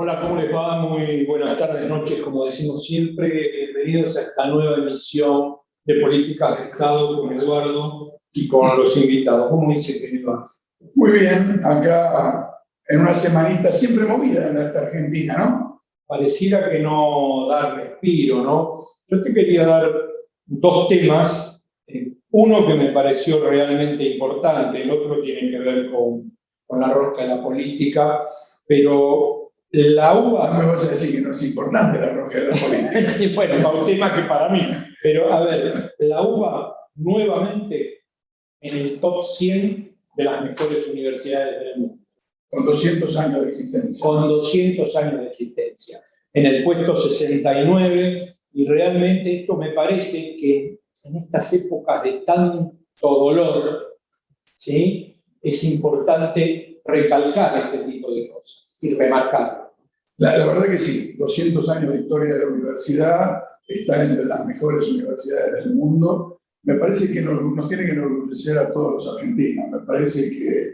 Hola, ¿cómo les va? Muy buenas tardes, noches, como decimos siempre. Bienvenidos a esta nueva emisión de Políticas de Estado con Eduardo y con los invitados. ¿Cómo dice, querido? Muy bien, acá en una semanita siempre movida en esta Argentina, ¿no? Pareciera que no da respiro, ¿no? Yo te quería dar dos temas. Uno que me pareció realmente importante, el otro tiene que ver con la rosca de la política, pero la UBA... No me vas a decir que no es importante la rosca de la política. Bueno, para usted más que para mí. Pero, a ver, la UBA nuevamente en el top 100 de las mejores universidades del mundo. Con 200 años de existencia. Con 200 años de existencia. En el puesto 69, y realmente esto me parece que en estas épocas de tanto dolor, ¿sí?, es importante recalcar este tipo de cosas y remarcarlo. La verdad que sí, 200 años de historia de la universidad, estar entre las mejores universidades del mundo, me parece que nos tiene que enorgullecer a todos los argentinos. Me parece que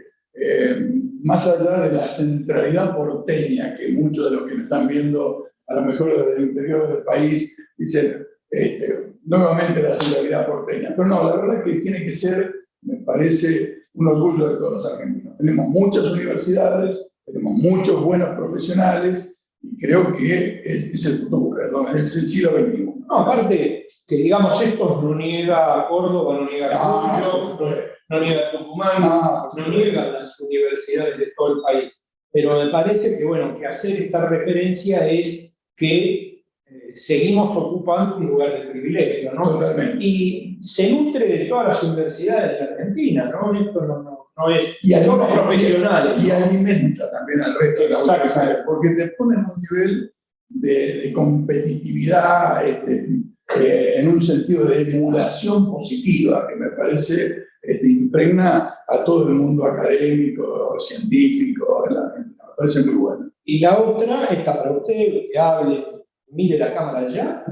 más allá de la centralidad porteña, que muchos de los que me están viendo, a lo mejor desde el interior del país, dicen nuevamente la centralidad porteña. Pero no, la verdad que tiene que ser, me parece, un orgullo de todos los argentinos. Tenemos muchas universidades, tenemos muchos buenos profesionales, y creo que es el futuro, es el siglo XXI. No, aparte, que digamos esto no niega Córdoba, no niega Cuyo, no niega Tucumán, no niega las universidades de todo el país. Pero me parece que, bueno, que hacer esta referencia es que seguimos ocupando un lugar de privilegio, ¿no? Totalmente. Y se nutre de todas las universidades de la Argentina, ¿no? Esto no es... Y son los profesionales. Y alimenta también al resto de las universidades, porque te ponen un nivel de competitividad, en un sentido de emulación positiva, que me parece impregna a todo el mundo académico, científico de la Argentina. Me parece muy bueno. Y la otra está para usted, que hable, mire la cámara ya,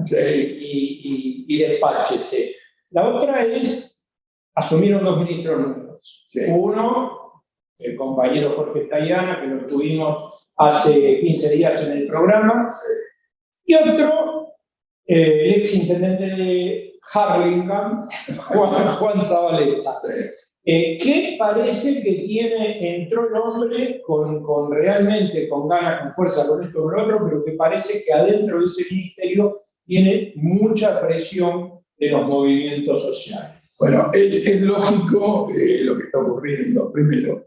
sí, y despáchese. La otra es, asumieron dos ministros nuevos. Sí. Uno, el compañero Jorge Tayana, que lo tuvimos hace 15 días en el programa, y otro, el ex intendente de Harlingen, Juan Zabaleta. Que parece que entró el hombre realmente con ganas, con fuerza, con esto, con lo otro, pero que parece que adentro de ese ministerio tiene mucha presión de los movimientos sociales. Bueno, es lógico lo que está ocurriendo. Primero,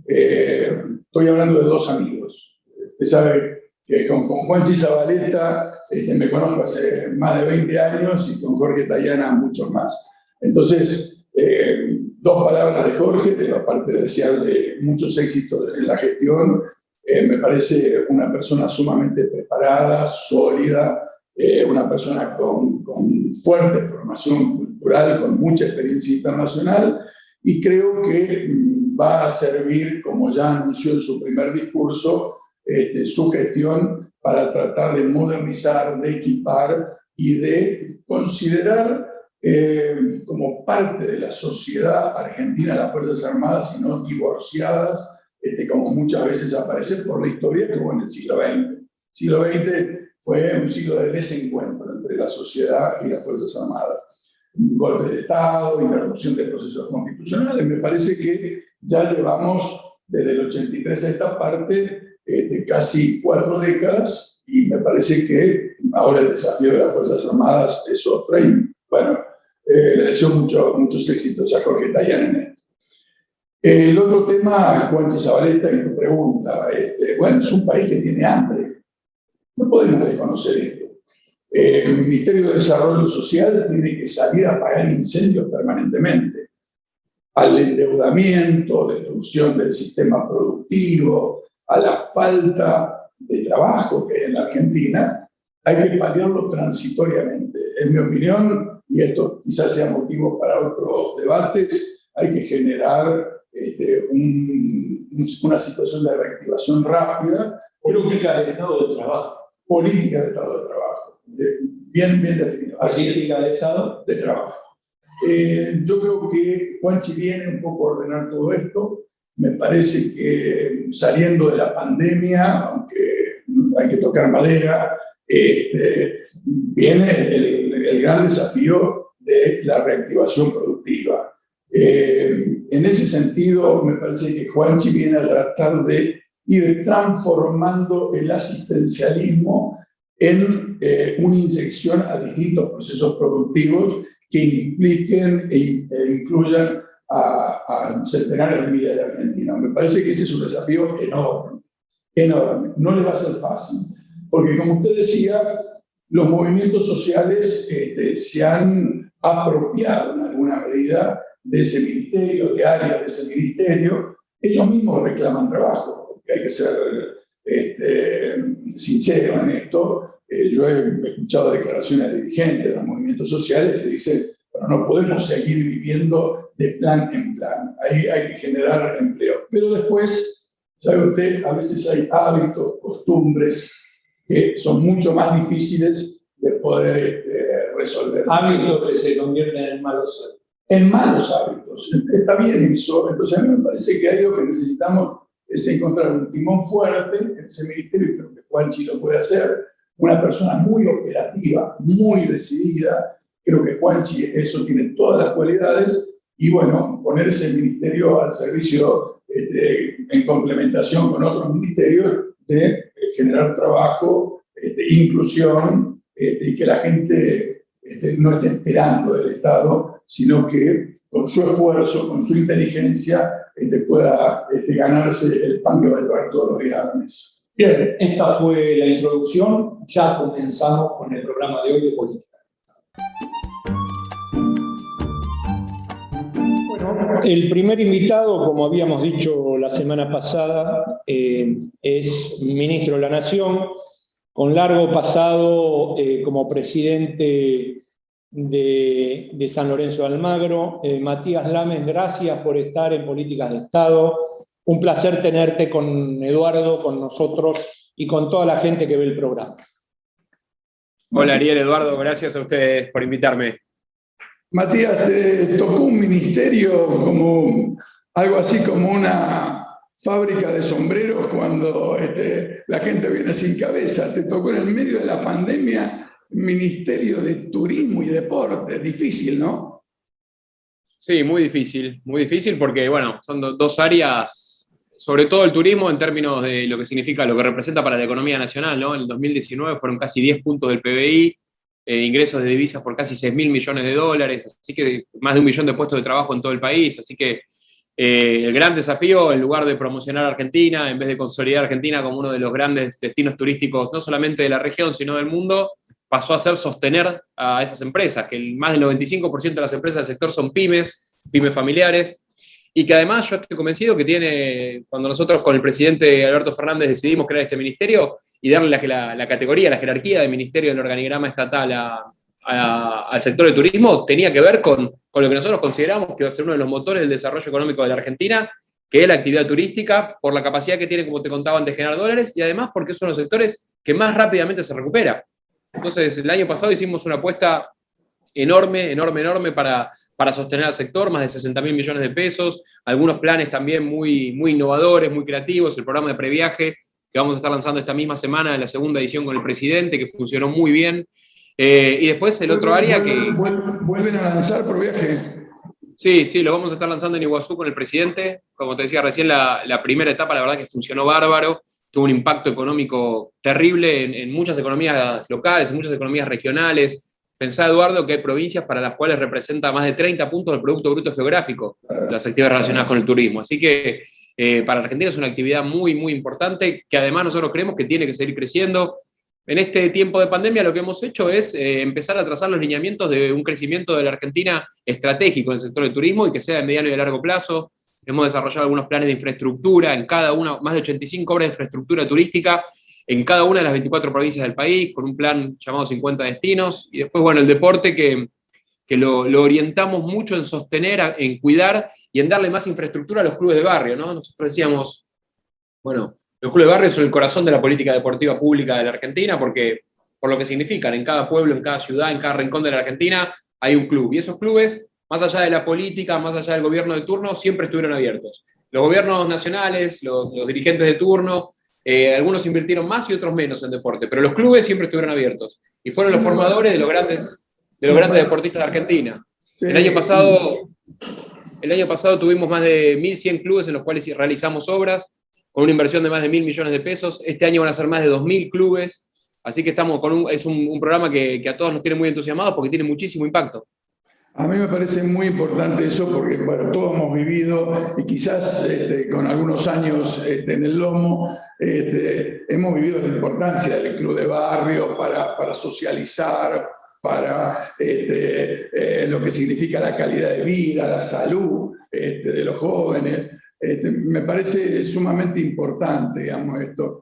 estoy hablando de dos amigos. Usted sabe que con Juanchi Zabaleta me conozco hace más de 20 años y con Jorge Tayana muchos más. Entonces, dos palabras de Jorge, de la parte de desearle muchos éxitos en la gestión. Me parece una persona sumamente preparada, sólida, una persona con fuerte formación cultural, con mucha experiencia internacional, y creo que va a servir, como ya anunció en su primer discurso, su gestión para tratar de modernizar, de equipar y de considerar como parte de la sociedad argentina las Fuerzas Armadas y no divorciadas, como muchas veces aparece por la historia que hubo en el siglo XX. El siglo XX fue un siglo de desencuentro entre la sociedad y las Fuerzas Armadas. Un golpe de Estado, interrupción de procesos constitucionales. Me parece que ya llevamos desde el 83 a esta parte de casi 4 décadas, y me parece que ahora el desafío de las Fuerzas Armadas es otro. Y bueno, le deseo muchos éxitos a Jorge Tayana en esto. El otro tema, Juanchi Zabaleta, y tu pregunta, bueno, es un país que tiene hambre. No podemos desconocer esto. El Ministerio de Desarrollo Social tiene que salir a apagar incendios permanentemente. Al endeudamiento, destrucción del sistema productivo, a la falta de trabajo que hay en la Argentina, hay que paliarlo transitoriamente. En mi opinión, y esto quizás sea motivo para otros debates, hay que generar una situación de reactivación rápida. Política de Estado de Trabajo. Política de Estado de Trabajo. Bien definido. Política de Estado de Trabajo. Yo creo que Juanchi viene un poco a ordenar todo esto. Me parece que saliendo de la pandemia, aunque hay que tocar madera, viene el gran desafío de la reactivación productiva. En ese sentido, me parece que Juanchi viene a tratar de ir transformando el asistencialismo en una inyección a distintos procesos productivos que impliquen e incluyan a centenares de miles de argentinos. Me parece que ese es un desafío enorme, enorme. No le va a ser fácil, porque como usted decía, los movimientos sociales se han apropiado en alguna medida de ese ministerio, de áreas de ese ministerio. Ellos mismos reclaman trabajo, porque hay que ser sincero en esto. Yo he escuchado declaraciones de dirigentes de los movimientos sociales que dicen, pero no podemos seguir viviendo de plan en plan, ahí hay que generar empleo. Pero después, sabe usted, a veces hay hábitos, costumbres que son mucho más difíciles de poder resolver. Hábitos que se convierten en malos hábitos. En malos hábitos. Está bien eso. Entonces a mí me parece que ahí lo que necesitamos es encontrar un timón fuerte en ese ministerio, y creo que Juanchi lo puede hacer, una persona muy operativa, muy decidida. Creo que Juanchi eso tiene todas las cualidades, y bueno, poner ese ministerio al servicio en complementación con otros ministerios de generar trabajo, inclusión, y que la gente no esté esperando del Estado, sino que con su esfuerzo, con su inteligencia, pueda ganarse el pan que va a llevar todos los días a la mesa. Bien, esta fue la introducción. Ya comenzamos con el programa de hoy de política. Bueno, el primer invitado, como habíamos dicho la semana pasada, es ministro de la Nación, con largo pasado como presidente de San Lorenzo de Almagro. Matías Lames, gracias por estar en Políticas de Estado. Un placer tenerte con Eduardo, con nosotros y con toda la gente que ve el programa. Hola Ariel, Eduardo, gracias a ustedes por invitarme. Matías, te tocó un ministerio como algo así como una fábrica de sombreros cuando la gente viene sin cabeza. Te tocó en el medio de la pandemia Ministerio de Turismo y Deporte. Difícil, ¿no? Sí, muy difícil porque, bueno, son dos áreas, sobre todo el turismo en términos de lo que significa, lo que representa para la economía nacional, ¿no? En el 2019 fueron casi 10 puntos del PBI, ingresos de divisas por casi 6.000 millones de dólares, así que más de 1 millón de puestos de trabajo en todo el país, así que el gran desafío, en lugar de promocionar a Argentina, en vez de consolidar a Argentina como uno de los grandes destinos turísticos, no solamente de la región, sino del mundo, pasó a ser sostener a esas empresas, que más del 95% de las empresas del sector son pymes familiares, y que además yo estoy convencido que cuando nosotros con el presidente Alberto Fernández decidimos crear este ministerio y darle la categoría, la jerarquía de ministerio del organigrama estatal al sector del turismo, tenía que ver con lo que nosotros consideramos que va a ser uno de los motores del desarrollo económico de la Argentina, que es la actividad turística, por la capacidad que tiene, como te contaba antes, de generar dólares, y además porque es uno de los sectores que más rápidamente se recupera. Entonces, el año pasado hicimos una apuesta enorme para sostener al sector, más de 60.000 millones de pesos, algunos planes también muy innovadores, muy creativos, el programa de previaje que vamos a estar lanzando esta misma semana en la segunda edición con el presidente, que funcionó muy bien. Y después el otro área que... ¿Vuelven a lanzar previaje? Sí, lo vamos a estar lanzando en Iguazú con el presidente. Como te decía recién, la primera etapa, la verdad que funcionó bárbaro. Tuvo un impacto económico terrible en muchas economías locales, en muchas economías regionales. Pensá, Eduardo, que hay provincias para las cuales representa más de 30 puntos del Producto Bruto Geográfico las actividades relacionadas con el turismo. Así que para Argentina es una actividad muy importante, que además nosotros creemos que tiene que seguir creciendo. En este tiempo de pandemia lo que hemos hecho es empezar a trazar los lineamientos de un crecimiento de la Argentina estratégico en el sector del turismo y que sea de mediano y de largo plazo. Hemos desarrollado algunos planes de infraestructura en cada una, más de 85 obras de infraestructura turística en cada una de las 24 provincias del país, con un plan llamado 50 destinos. Y después, bueno, el deporte que lo orientamos mucho en sostener, en cuidar y en darle más infraestructura a los clubes de barrio, ¿no? Nosotros decíamos, bueno, los clubes de barrio son el corazón de la política deportiva pública de la Argentina, porque por lo que significan, en cada pueblo, en cada ciudad, en cada rincón de la Argentina, hay un club. Y esos clubes, más allá de la política, más allá del gobierno de turno, siempre estuvieron abiertos. Los gobiernos nacionales, los dirigentes de turno, Algunos invirtieron más y otros menos en deporte, pero los clubes siempre estuvieron abiertos y fueron los formadores de los grandes deportistas de Argentina. Sí. El año pasado tuvimos más de 1.100 clubes en los cuales realizamos obras con una inversión de más de 1.000 millones de pesos. Este año van a ser más de 2.000 clubes, así que estamos es un programa que a todos nos tiene muy entusiasmados porque tiene muchísimo impacto. A mí me parece muy importante eso porque, bueno, todos hemos vivido, y quizás con algunos años en el lomo, hemos vivido la importancia del club de barrio para socializar, para lo que significa la calidad de vida, la salud de los jóvenes. Me parece sumamente importante, digamos, esto.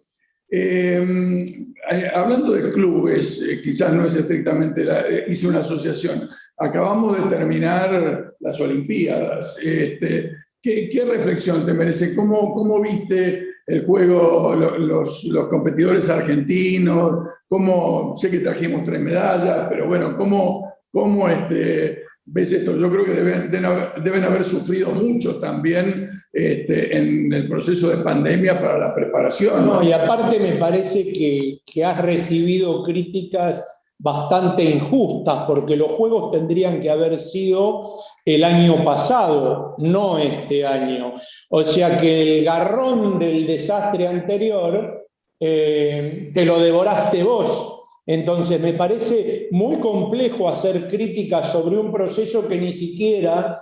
Hablando de clubes, quizás no es estrictamente, hice una asociación. Acabamos de terminar las Olimpiadas. ¿Qué reflexión te merece? ¿Cómo viste el juego, los competidores argentinos? Sé que trajimos 3 medallas, pero bueno, ¿cómo ves esto? Yo creo que deben haber sufrido mucho también en el proceso de pandemia para la preparación. No, y aparte me parece que has recibido críticas bastante injustas, porque los Juegos tendrían que haber sido el año pasado, no este año. O sea que el garrón del desastre anterior te lo devoraste vos. Entonces me parece muy complejo hacer críticas sobre un proceso que ni siquiera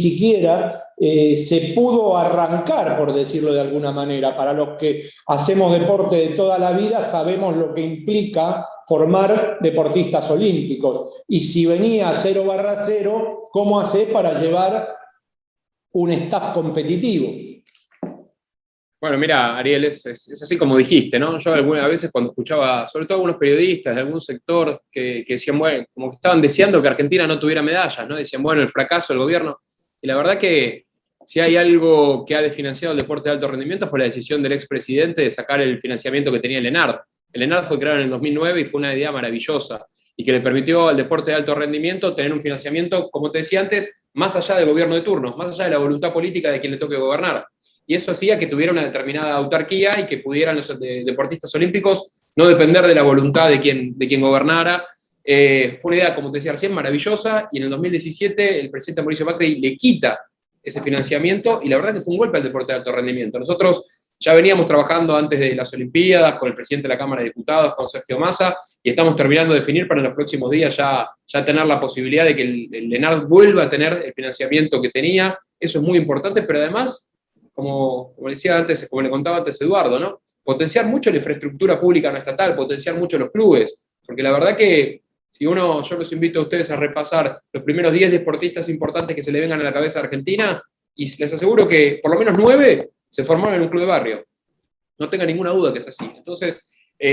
se pudo arrancar, por decirlo de alguna manera. Para los que hacemos deporte de toda la vida sabemos lo que implica formar deportistas olímpicos. Y si venía 0/0, ¿cómo hacer para llevar un staff competitivo? Bueno, mira, Ariel, es así como dijiste, ¿no? Yo algunas veces cuando escuchaba, sobre todo algunos periodistas de algún sector que decían, bueno, como que estaban deseando que Argentina no tuviera medallas, ¿no? Decían, bueno, el fracaso del gobierno. Y la verdad que si hay algo que ha desfinanciado el deporte de alto rendimiento fue la decisión del expresidente de sacar el financiamiento que tenía el ENARD. El ENARD fue creado en el 2009 y fue una idea maravillosa y que le permitió al deporte de alto rendimiento tener un financiamiento, como te decía antes, más allá del gobierno de turno, más allá de la voluntad política de quien le toque gobernar. Y eso hacía que tuviera una determinada autarquía y que pudieran los deportistas olímpicos no depender de la voluntad de quien gobernara. Fue una idea, como te decía recién, maravillosa, y en el 2017 el presidente Mauricio Macri le quita ese financiamiento, y la verdad que fue un golpe al deporte de alto rendimiento. Nosotros ya veníamos trabajando antes de las Olimpiadas con el presidente de la Cámara de Diputados, con Sergio Massa, y estamos terminando de definir para en los próximos días ya tener la posibilidad de que el ENARD vuelva a tener el financiamiento que tenía. Eso es muy importante, pero además, como decía antes, como le contaba antes Eduardo, ¿no? Potenciar mucho la infraestructura pública no estatal, potenciar mucho los clubes, porque la verdad que yo los invito a ustedes a repasar los primeros 10 deportistas importantes que se le vengan a la cabeza a Argentina, y les aseguro que por lo menos 9 se formaron en un club de barrio. No tenga ninguna duda que es así. Entonces,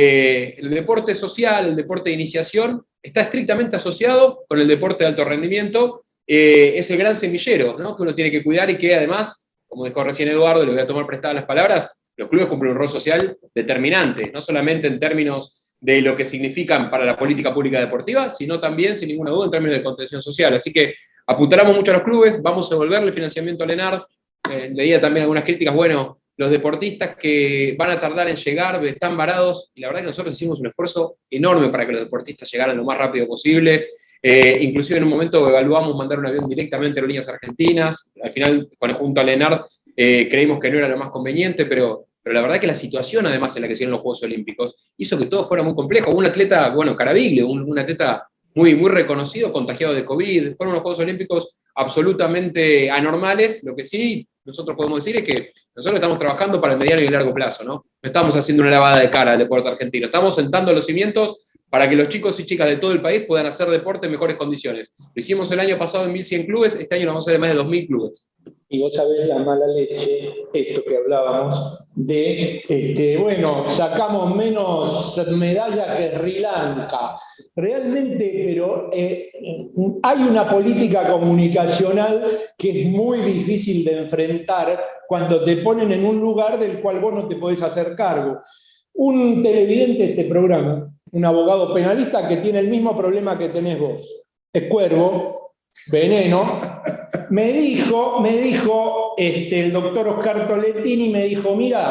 el deporte social, el deporte de iniciación, está estrictamente asociado con el deporte de alto rendimiento. Es el gran semillero, ¿no? Que uno tiene que cuidar y que además, como dijo recién Eduardo, le voy a tomar prestadas las palabras, los clubes cumplen un rol social determinante, no solamente en términos de lo que significan para la política pública deportiva, sino también, sin ninguna duda, en términos de contención social. Así que apuntalamos mucho a los clubes, vamos a devolverle el financiamiento al ENARD. Leía también algunas críticas, bueno, los deportistas que van a tardar en llegar están varados, y la verdad que nosotros hicimos un esfuerzo enorme para que los deportistas llegaran lo más rápido posible. Inclusive en un momento evaluamos mandar un avión directamente a Aerolíneas Argentinas. Al final, junto al ENARD, creímos que no era lo más conveniente, pero la verdad que la situación, además, en la que se dieron los Juegos Olímpicos, hizo que todo fuera muy complejo. Un atleta, bueno, Caraviglio, un atleta muy, muy reconocido, contagiado de COVID. Fueron unos Juegos Olímpicos absolutamente anormales. Lo que sí nosotros podemos decir es que nosotros estamos trabajando para el mediano y el largo plazo, ¿no? No estamos haciendo una lavada de cara al deporte argentino. Estamos sentando los cimientos para que los chicos y chicas de todo el país puedan hacer deporte en mejores condiciones. Lo hicimos el año pasado en 1.100 clubes, este año lo vamos a hacer en más de 2.000 clubes. Y vos sabés la mala leche, esto que hablábamos, de, bueno, sacamos menos medallas que Sri Lanka. Realmente, pero hay una política comunicacional que es muy difícil de enfrentar cuando te ponen en un lugar del cual vos no te podés hacer cargo. Un televidente de este programa, un abogado penalista que tiene el mismo problema que tenés vos, es cuervo, veneno, me dijo el doctor Oscar Tolettini, me dijo, mira,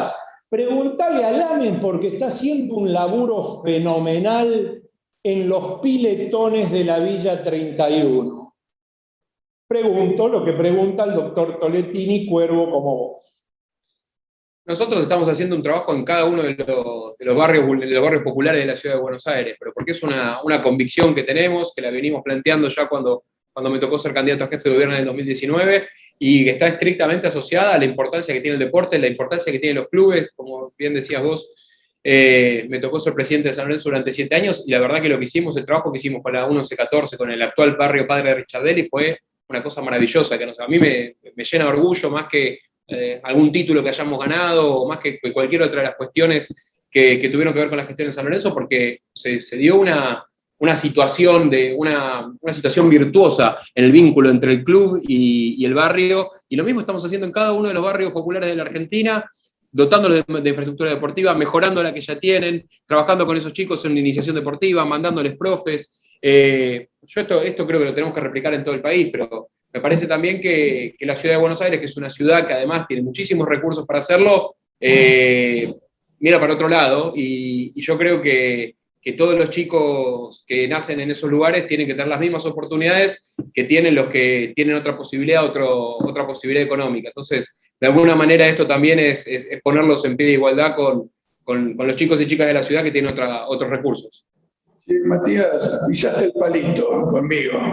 Preguntale a Lamen porque está haciendo un laburo fenomenal en los piletones de la Villa 31. Pregunto lo que pregunta el doctor Toletini, Cuervo como vos. Nosotros estamos haciendo un trabajo en cada uno de los barrios populares de la ciudad de Buenos Aires, pero porque es una convicción que tenemos, que la venimos planteando ya cuando me tocó ser candidato a jefe de gobierno en el 2019, y que está estrictamente asociada a la importancia que tiene el deporte, la importancia que tienen los clubes, como bien decías vos. Me tocó ser presidente de San Lorenzo durante 7 años, y la verdad que lo que hicimos, el trabajo que hicimos con la 1114, con el actual barrio Padre de Richardelli, fue una cosa maravillosa, que a mí me llena de orgullo más que algún título que hayamos ganado, o más que cualquier otra de las cuestiones que tuvieron que ver con la gestión en San Lorenzo, porque se dio una situación virtuosa en el vínculo entre el club y el barrio, y lo mismo estamos haciendo en cada uno de los barrios populares de la Argentina, dotándolos de infraestructura deportiva, mejorando la que ya tienen, trabajando con esos chicos en iniciación deportiva, mandándoles profes. Yo esto creo que lo tenemos que replicar en todo el país, pero me parece también que la ciudad de Buenos Aires, que es una ciudad que además tiene muchísimos recursos para hacerlo, mira para otro lado, y yo creo que todos los chicos que nacen en esos lugares tienen que tener las mismas oportunidades que tienen los que tienen otra posibilidad, otra posibilidad económica. Entonces, de alguna manera esto también es ponerlos en pie de igualdad con los chicos y chicas de la ciudad que tienen otros recursos. Sí, Matías, pisaste el palito conmigo.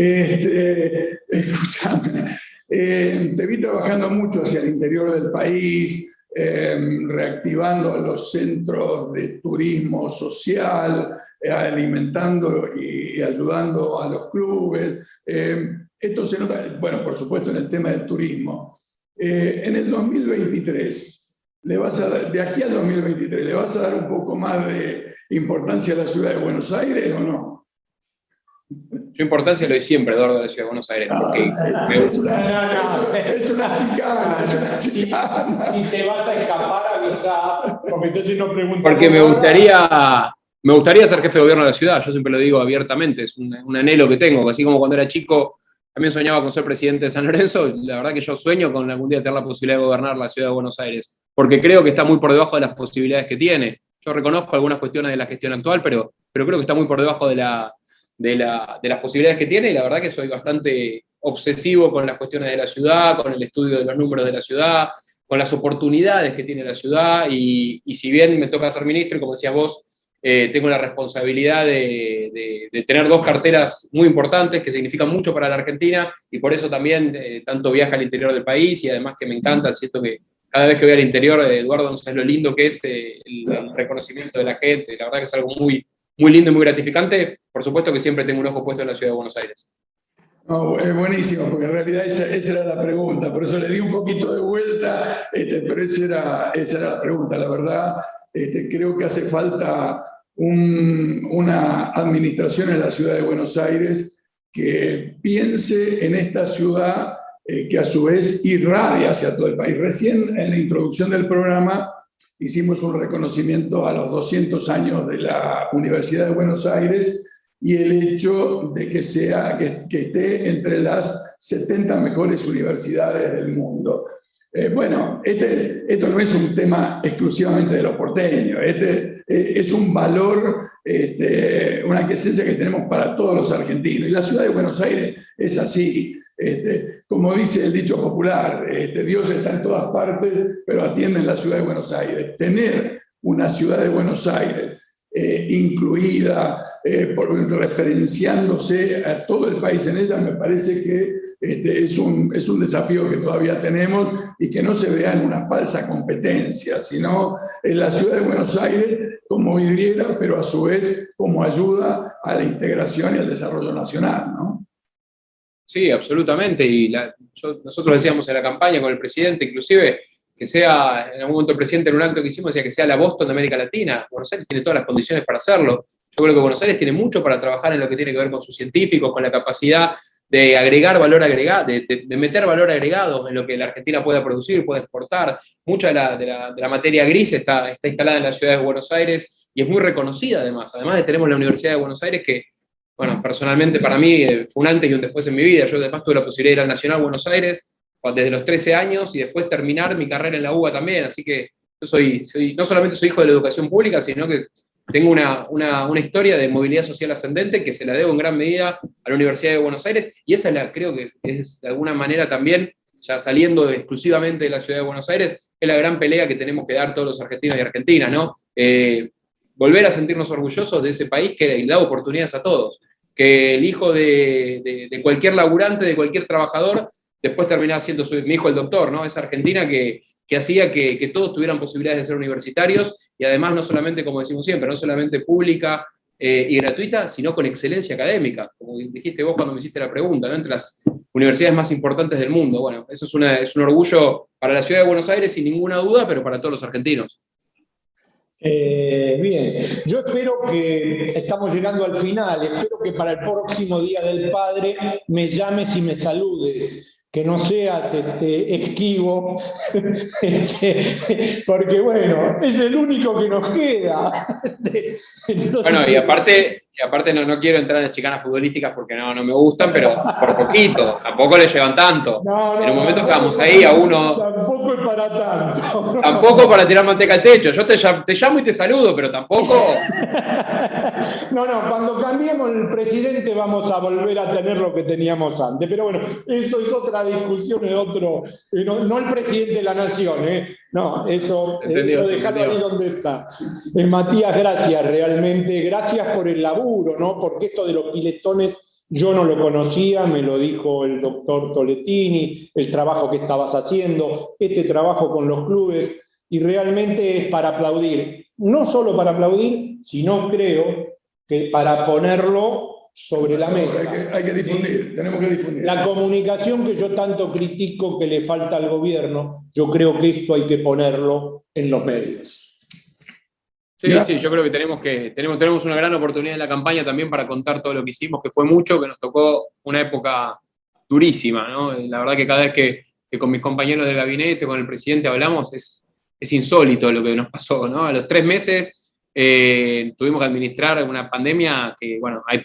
Escúchame, te vi trabajando mucho hacia el interior del país, reactivando los centros de turismo social, alimentando y ayudando a los clubes. Esto se nota, bueno, por supuesto, en el tema del turismo. En el 2023, de aquí al 2023, ¿le vas a dar un poco más de importancia a la ciudad de Buenos Aires o no? Yo importancia le doy siempre, Eduardo, a la ciudad de Buenos Aires. Porque es una chicana. Si te vas a escapar, avisa, porque entonces no preguntas. Porque me gustaría ser jefe de gobierno de la ciudad, yo siempre lo digo abiertamente, es un anhelo que tengo, así como cuando era chico también soñaba con ser presidente de San Lorenzo, la verdad que yo sueño con algún día tener la posibilidad de gobernar la ciudad de Buenos Aires, porque creo que está muy por debajo de las posibilidades que tiene. Yo reconozco algunas cuestiones de la gestión actual, pero creo que está muy por debajo de las posibilidades que tiene, y la verdad que soy bastante obsesivo con las cuestiones de la ciudad, con el estudio de los números de la ciudad, con las oportunidades que tiene la ciudad, y si bien me toca ser ministro, y como decías vos, tengo la responsabilidad de tener 2 carteras muy importantes que significan mucho para la Argentina, y por eso también tanto viaje al interior del país, y además que me encanta, siento que cada vez que voy al interior, Eduardo, no sabes lo lindo que es el reconocimiento de la gente, la verdad que es algo muy, muy lindo y muy gratificante. Por supuesto que siempre tengo un ojo puesto en la ciudad de Buenos Aires. No, es buenísimo, porque en realidad esa era la pregunta, por eso le di un poquito de vuelta, pero esa era la pregunta. La verdad, creo que hace falta una administración en la ciudad de Buenos Aires que piense en esta ciudad, que a su vez irradia hacia todo el país. Recién en la introducción del programa hicimos un reconocimiento a los 200 años de la Universidad de Buenos Aires y el hecho de que esté entre las 70 mejores universidades del mundo. Bueno, esto no es un tema exclusivamente de los porteños, es un valor, una esencia que tenemos para todos los argentinos. Y la ciudad de Buenos Aires es así. Como dice el dicho popular, Dios está en todas partes, pero atiende en la ciudad de Buenos Aires. Tener una ciudad de Buenos Aires incluida, referenciándose a todo el país en ella, me parece que es un desafío que todavía tenemos y que no se vea en una falsa competencia, sino en la ciudad de Buenos Aires como vidriera, pero a su vez como ayuda a la integración y al desarrollo nacional, ¿no? Sí, absolutamente, y nosotros decíamos en la campaña con el presidente, inclusive, que sea, en algún momento el presidente en un acto que hicimos decía que sea la Boston de América Latina. Buenos Aires tiene todas las condiciones para hacerlo. Yo creo que Buenos Aires tiene mucho para trabajar en lo que tiene que ver con sus científicos, con la capacidad de agregar valor agregado, de meter valor agregado en lo que la Argentina pueda producir, pueda exportar. Mucha de la materia gris está instalada en la ciudad de Buenos Aires y es muy reconocida además. Además tenemos la Universidad de Buenos Aires que, bueno, personalmente para mí fue un antes y un después en mi vida. Yo además tuve la posibilidad de ir al Nacional Buenos Aires desde los 13 años y después terminar mi carrera en la UBA también, así que no solamente soy hijo de la educación pública, sino que tengo una historia de movilidad social ascendente que se la debo en gran medida a la Universidad de Buenos Aires, y esa creo que es de alguna manera también, ya saliendo exclusivamente de la ciudad de Buenos Aires, es la gran pelea que tenemos que dar todos los argentinos y argentinas, ¿no? Volver a sentirnos orgullosos de ese país que da oportunidades a todos, que el hijo de cualquier laburante, de cualquier trabajador, después terminaba siendo mi hijo el doctor, ¿no? Esa Argentina que hacía que todos tuvieran posibilidades de ser universitarios, y además no solamente, como decimos siempre, no solamente pública y gratuita, sino con excelencia académica, como dijiste vos cuando me hiciste la pregunta, ¿no? Entre las universidades más importantes del mundo. Bueno, eso es un orgullo para la ciudad de Buenos Aires, sin ninguna duda, pero para todos los argentinos. Bien, yo espero que, estamos llegando al final, espero que para el próximo Día del Padre me llames y me saludes, que no seas esquivo, porque bueno, es el único que nos queda. Entonces, bueno, y aparte no quiero entrar en chicanas futbolísticas porque no me gustan, pero por poquito, tampoco le llevan tanto. En un momento quedamos ahí a uno. Tampoco es para tanto. Tampoco para tirar manteca al techo. Yo te llamo y te saludo, pero tampoco. No, cuando cambiemos el presidente vamos a volver a tener lo que teníamos antes. Pero bueno, eso es otra discusión, es otro. No el presidente de la nación, No, eso dejarlo ahí donde está. Matías, gracias, realmente. Gracias por el laburo, ¿no? Porque esto de los piletones yo no lo conocía, me lo dijo el doctor Toletini, el trabajo que estabas haciendo, este trabajo con los clubes, y realmente es para aplaudir. No solo para aplaudir, sino creo que para ponerlo sobre la mesa. Hay que difundir, ¿sí? Tenemos que difundir. La comunicación que yo tanto critico que le falta al gobierno, yo creo que esto hay que ponerlo en los medios. Sí, yo creo que tenemos una gran oportunidad en la campaña también para contar todo lo que hicimos, que fue mucho, que nos tocó una época durísima, ¿no? La verdad que cada vez que con mis compañeros del gabinete, con el presidente hablamos, es insólito lo que nos pasó, ¿no? A los 3 meses tuvimos que administrar una pandemia que, bueno, hay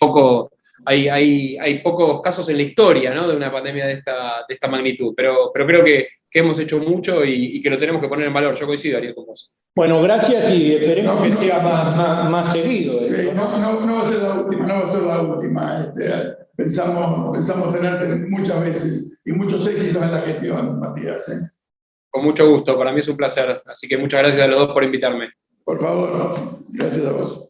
pocos casos en la historia, ¿no? De una pandemia de esta magnitud, pero creo que hemos hecho mucho y que lo tenemos que poner en valor. Yo coincido, Ariel, con vos. Bueno, gracias y esperemos que sea más seguido. Esto, no va a ser la última. Pensamos tenerte muchas veces y muchos éxitos en la gestión, Matías. Con mucho gusto, para mí es un placer. Así que muchas gracias a los dos por invitarme. Por favor, gracias a vos.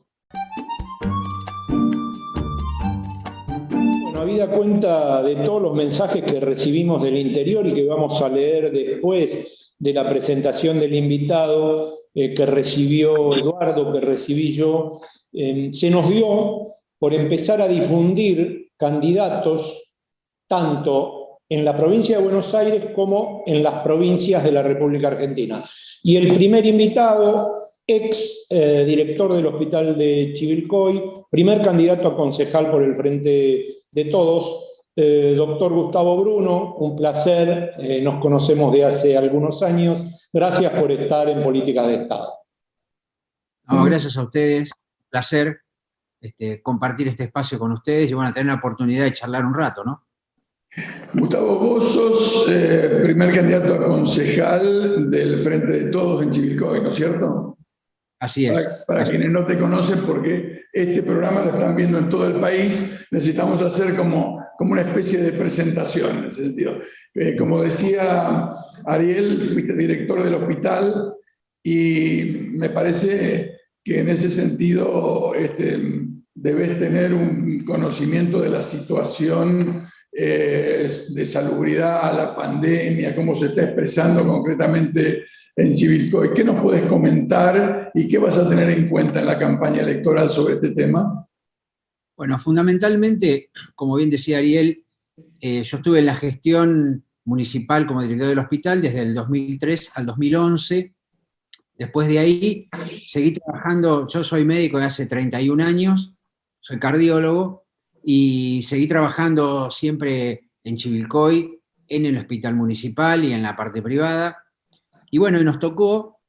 Bueno, habida cuenta de todos los mensajes que recibimos del interior y que vamos a leer después de la presentación del invitado que recibió Eduardo, que recibí yo, se nos dio por empezar a difundir candidatos tanto en la provincia de Buenos Aires como en las provincias de la República Argentina. Y el primer invitado, ex director del Hospital de Chivilcoy, primer candidato a concejal por el Frente de Todos, doctor Gustavo Bruno, un placer, nos conocemos de hace algunos años. Gracias por estar en Políticas de Estado. No, gracias a ustedes, un placer compartir este espacio con ustedes y bueno, tener la oportunidad de charlar un rato, ¿no? Gustavo, vos sos primer candidato a concejal del Frente de Todos en Chivilcoy, ¿no es cierto? Así es. Para quienes no te conocen, porque este programa lo están viendo en todo el país, necesitamos hacer como una especie de presentación en ese sentido. Como decía Ariel, fuiste director del hospital y me parece que en ese sentido debes tener un conocimiento de la situación de salubridad, la pandemia, cómo se está expresando concretamente en Chivilcoy. ¿Qué nos puedes comentar y qué vas a tener en cuenta en la campaña electoral sobre este tema? Bueno, fundamentalmente, como bien decía Ariel, yo estuve en la gestión municipal como director del hospital desde el 2003 al 2011. Después de ahí seguí trabajando, yo soy médico de hace 31 años, soy cardiólogo, y seguí trabajando siempre en Chivilcoy, en el hospital municipal y en la parte privada. Y bueno, nos tocó,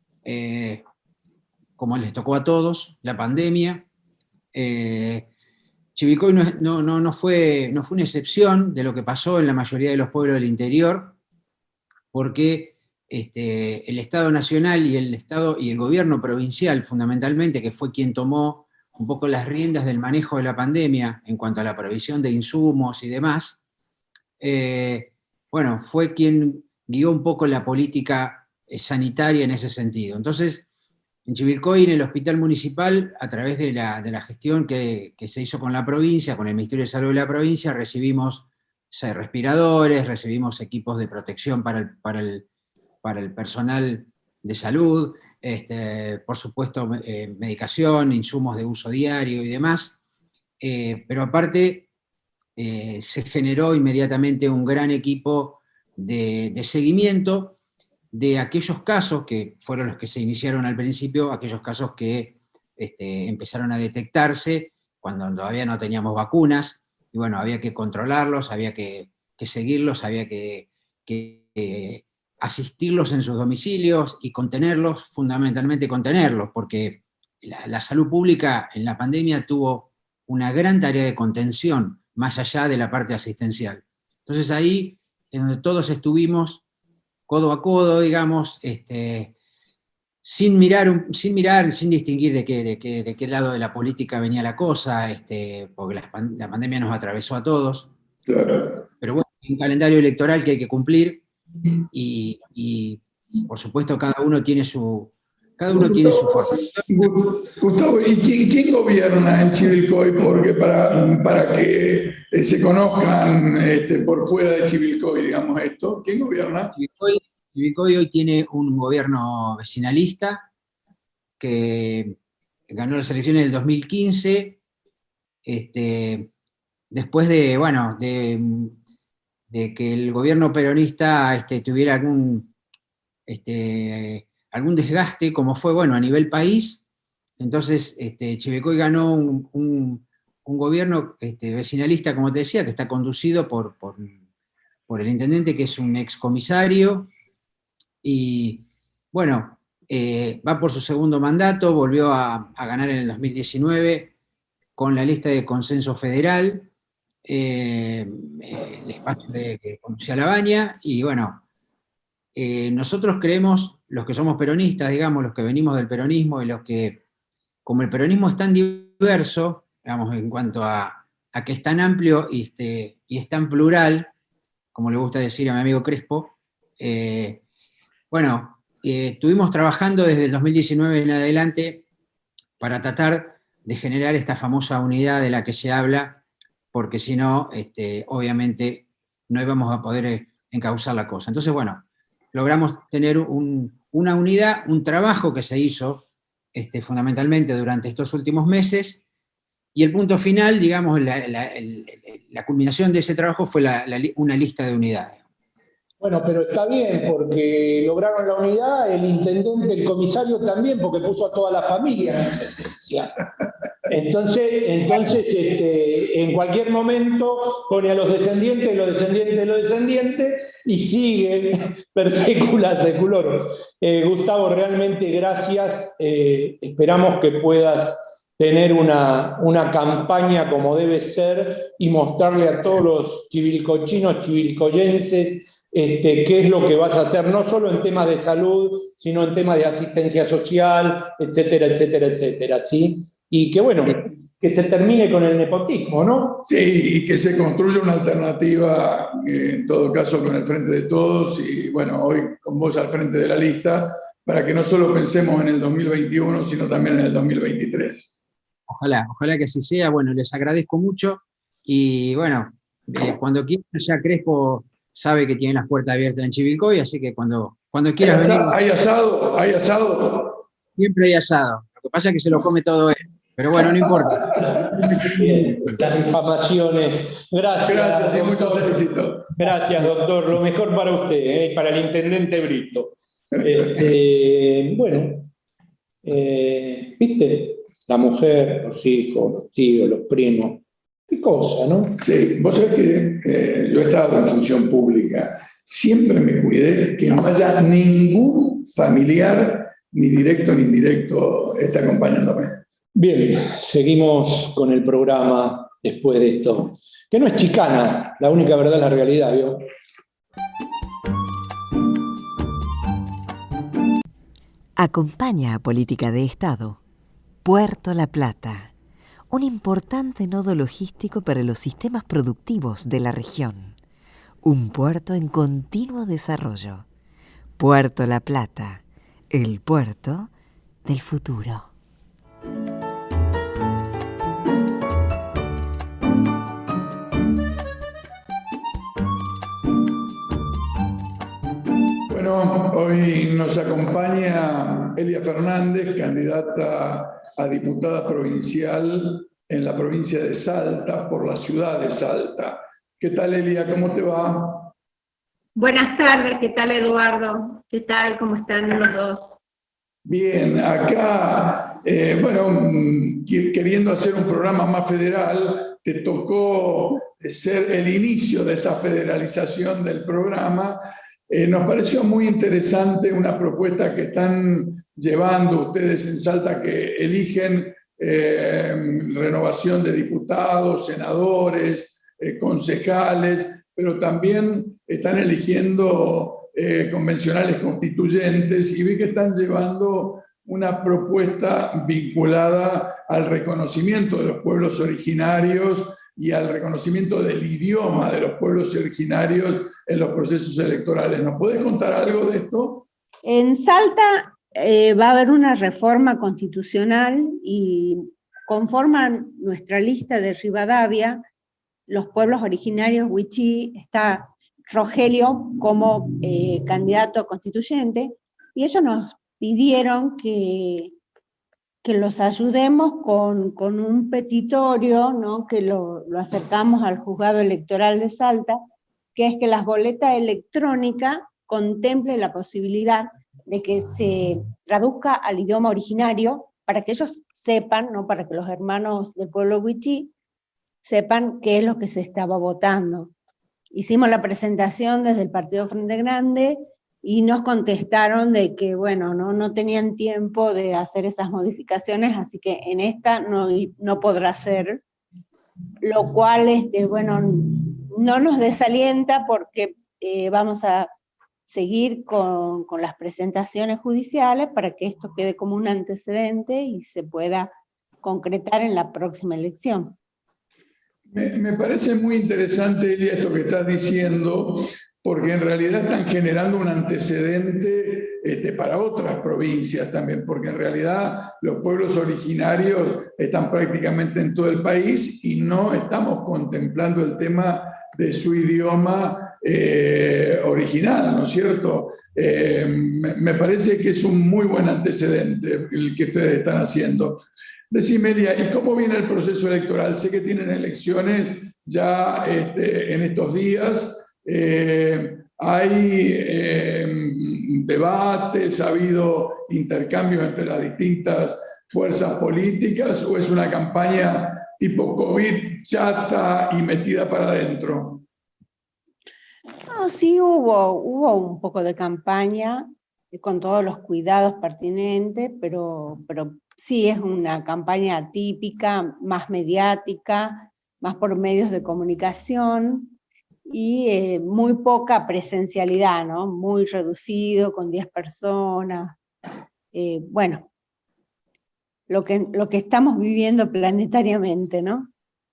como les tocó a todos, la pandemia. Chivilcoy no fue una excepción de lo que pasó en la mayoría de los pueblos del interior, porque el Estado Nacional y el gobierno provincial, fundamentalmente, que fue quien tomó un poco las riendas del manejo de la pandemia en cuanto a la provisión de insumos y demás, bueno, fue quien guió un poco la política sanitaria en ese sentido. Entonces, en Chivilcoy, en el hospital municipal, a través de la gestión que se hizo con la provincia, con el Ministerio de Salud de la provincia, recibimos respiradores, recibimos equipos de protección para el personal de salud, por supuesto medicación, insumos de uso diario y demás, pero aparte se generó inmediatamente un gran equipo de seguimiento de aquellos casos que fueron los que se iniciaron al principio, aquellos casos que empezaron a detectarse cuando todavía no teníamos vacunas, y bueno, había que controlarlos, había que seguirlos, había que asistirlos en sus domicilios y contenerlos, fundamentalmente contenerlos, porque la salud pública en la pandemia tuvo una gran tarea de contención, más allá de la parte asistencial. Entonces ahí, en donde todos estuvimos codo a codo, digamos, sin distinguir de qué lado de la política venía la cosa, porque la pandemia nos atravesó a todos. Claro. Pero bueno, hay un calendario electoral que hay que cumplir y por supuesto cada uno tiene su forma. Gustavo, ¿y quién gobierna en Chivilcoy? Porque para que se conozcan por fuera de Chivilcoy, digamos esto, ¿quién gobierna? Chivilcoy hoy tiene un gobierno vecinalista que ganó las elecciones del 2015, después de que el gobierno peronista tuviera algún desgaste, como fue a nivel país. Entonces Chivilcoy ganó un gobierno vecinalista, como te decía, que está conducido por el intendente, que es un excomisario, y bueno, va por su segundo mandato, volvió a ganar en el 2019 con la lista de consenso federal, el espacio que conducía Labaña, y bueno, nosotros creemos, los que somos peronistas, digamos, los que venimos del peronismo, y los que, como el peronismo es tan diverso, digamos, en cuanto a que es tan amplio y es tan plural, como le gusta decir a mi amigo Crespo, estuvimos trabajando desde el 2019 en adelante para tratar de generar esta famosa unidad de la que se habla, porque si no, obviamente no íbamos a poder encauzar la cosa. Entonces, bueno, logramos tener una unidad, un trabajo que se hizo fundamentalmente durante estos últimos meses, y el punto final, digamos, la culminación de ese trabajo fue una lista de unidades. Bueno, pero está bien, porque lograron la unidad, el intendente, el comisario también, porque puso a toda la familia. Entonces, en cualquier momento pone a los descendientes, y sigue per secula seculorum. Gustavo, realmente gracias. Esperamos que puedas tener una campaña como debe ser y mostrarle a todos los chivilcochinos, chivilcoyenses, qué es lo que vas a hacer, no solo en temas de salud, sino en temas de asistencia social, etcétera, etcétera, etcétera, ¿sí? Y que bueno, que se termine con el nepotismo, ¿no? Sí, y que se construya una alternativa, en todo caso con el Frente de Todos, y bueno, hoy con vos al frente de la lista, para que no solo pensemos en el 2021, sino también en el 2023. Ojalá que así sea. Bueno, les agradezco mucho, y bueno, cuando quieran, ya Crespo sabe que tiene las puertas abiertas en Chivilcoy, así que cuando quieras venir. ¿Hay asado? ¿Hay asado? Siempre hay asado. Lo que pasa es que se lo come todo él. Pero bueno, no importa. Bien, las difamaciones. Gracias y muchos éxitos. Gracias, doctor. Lo mejor para usted y para el intendente Brito. ¿Viste? La mujer, los hijos, los tíos, los primos. Qué cosa, ¿no? Sí, vos sabés que yo he estado en función pública. Siempre me cuidé que no haya ningún familiar, ni directo ni indirecto, esté acompañándome. Bien, seguimos con el programa después de esto, que no es chicana, la única verdad es la realidad, ¿vio? Acompaña a Política de Estado Puerto La Plata, un importante nodo logístico para los sistemas productivos de la región. Un puerto en continuo desarrollo. Puerto La Plata, el puerto del futuro. Bueno, hoy nos acompaña Elia Fernández, candidata a diputada provincial en la provincia de Salta por la ciudad de Salta. ¿Qué tal, Elia? ¿Cómo te va? Buenas tardes, ¿qué tal, Eduardo? ¿Qué tal? ¿Cómo están los dos? Bien, acá, queriendo hacer un programa más federal, te tocó ser el inicio de esa federalización del programa. Nos pareció muy interesante una propuesta que están llevando ustedes en Salta, que eligen renovación de diputados, senadores, concejales, pero también están eligiendo convencionales constituyentes, y vi que están llevando una propuesta vinculada al reconocimiento de los pueblos originarios y al reconocimiento del idioma de los pueblos originarios en los procesos electorales. ¿Nos podés contar algo de esto? En Salta va a haber una reforma constitucional y conforman nuestra lista de Rivadavia los pueblos originarios Wichí, está Rogelio como candidato constituyente, y ellos nos pidieron que los ayudemos con un petitorio, ¿no? Que lo acercamos al juzgado electoral de Salta, que es que las boletas electrónicas contemplen la posibilidad de que se traduzca al idioma originario, para que ellos sepan, ¿no? Para que los hermanos del pueblo wichí sepan qué es lo que se estaba votando. Hicimos la presentación desde el Partido Frente Grande y nos contestaron de que, bueno, no tenían tiempo de hacer esas modificaciones, así que en esta no podrá ser, lo cual, no nos desalienta, porque vamos a seguir con las presentaciones judiciales para que esto quede como un antecedente y se pueda concretar en la próxima elección. Me parece muy interesante, Elia, esto que estás diciendo, porque en realidad están generando un antecedente para otras provincias también, porque en realidad los pueblos originarios están prácticamente en todo el país y no estamos contemplando el tema de su idioma original, ¿no es cierto? Me parece que es un muy buen antecedente el que ustedes están haciendo. Decime, Elia, ¿y cómo viene el proceso electoral? Sé que tienen elecciones ya en estos días. Hay debates, ha habido intercambios entre las distintas fuerzas políticas, ¿o es una campaña tipo COVID, chata y metida para adentro? No, sí hubo un poco de campaña con todos los cuidados pertinentes, pero sí es una campaña atípica, más mediática, más por medios de comunicación, y muy poca presencialidad, ¿no? Muy reducido, con 10 personas. Lo que estamos viviendo planetariamente, ¿no?